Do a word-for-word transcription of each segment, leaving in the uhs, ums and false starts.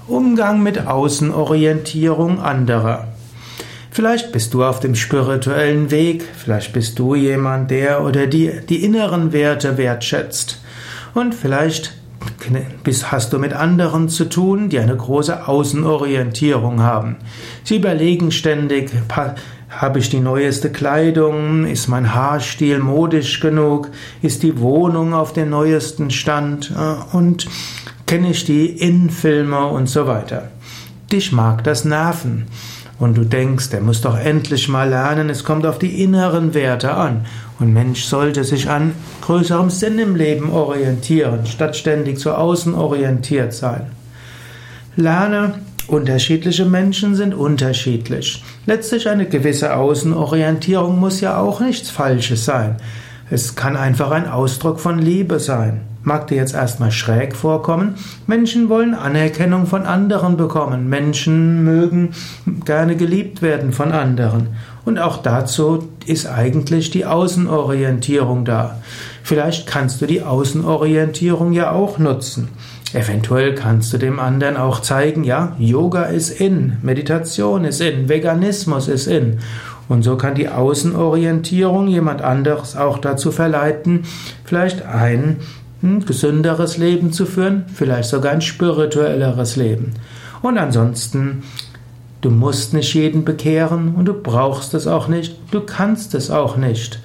Umgang mit Außenorientierung anderer. Vielleicht bist du auf dem spirituellen Weg, vielleicht bist du jemand, der oder die die inneren Werte wertschätzt. Und vielleicht bist, hast du mit anderen zu tun, die eine große Außenorientierung haben. Sie überlegen ständig, habe ich die neueste Kleidung? Ist mein Haarstil modisch genug? Ist die Wohnung auf dem neuesten Stand? Und kenne ich die In-Filme und so weiter? Dich mag das nerven. Und du denkst, der muss doch endlich mal lernen, es kommt auf die inneren Werte an. Und Mensch sollte sich an größerem Sinn im Leben orientieren, statt ständig zu außen orientiert sein. Lerne, unterschiedliche Menschen sind unterschiedlich. Letztlich eine gewisse Außenorientierung muss ja auch nichts Falsches sein. Es kann einfach ein Ausdruck von Liebe sein. Mag dir jetzt erstmal schräg vorkommen. Menschen wollen Anerkennung von anderen bekommen. Menschen mögen gerne geliebt werden von anderen. Und auch dazu ist eigentlich die Außenorientierung da. Vielleicht kannst du die Außenorientierung ja auch nutzen. Eventuell kannst du dem anderen auch zeigen, ja, Yoga ist in, Meditation ist in, Veganismus ist in. Und so kann die Außenorientierung jemand anderes auch dazu verleiten, vielleicht ein ein gesünderes Leben zu führen, vielleicht sogar ein spirituelleres Leben. Und ansonsten, du musst nicht jeden bekehren und du brauchst es auch nicht, du kannst es auch nicht.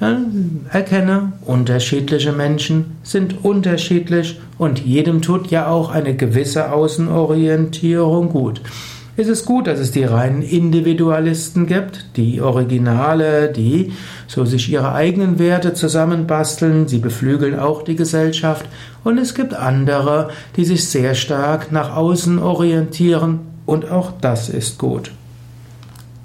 Erkenne, unterschiedliche Menschen sind unterschiedlich und jedem tut ja auch eine gewisse Außenorientierung gut. Es ist gut, dass es die reinen Individualisten gibt, die Originale, die so sich ihre eigenen Werte zusammenbasteln, sie beflügeln auch die Gesellschaft, und es gibt andere, die sich sehr stark nach außen orientieren, und auch das ist gut.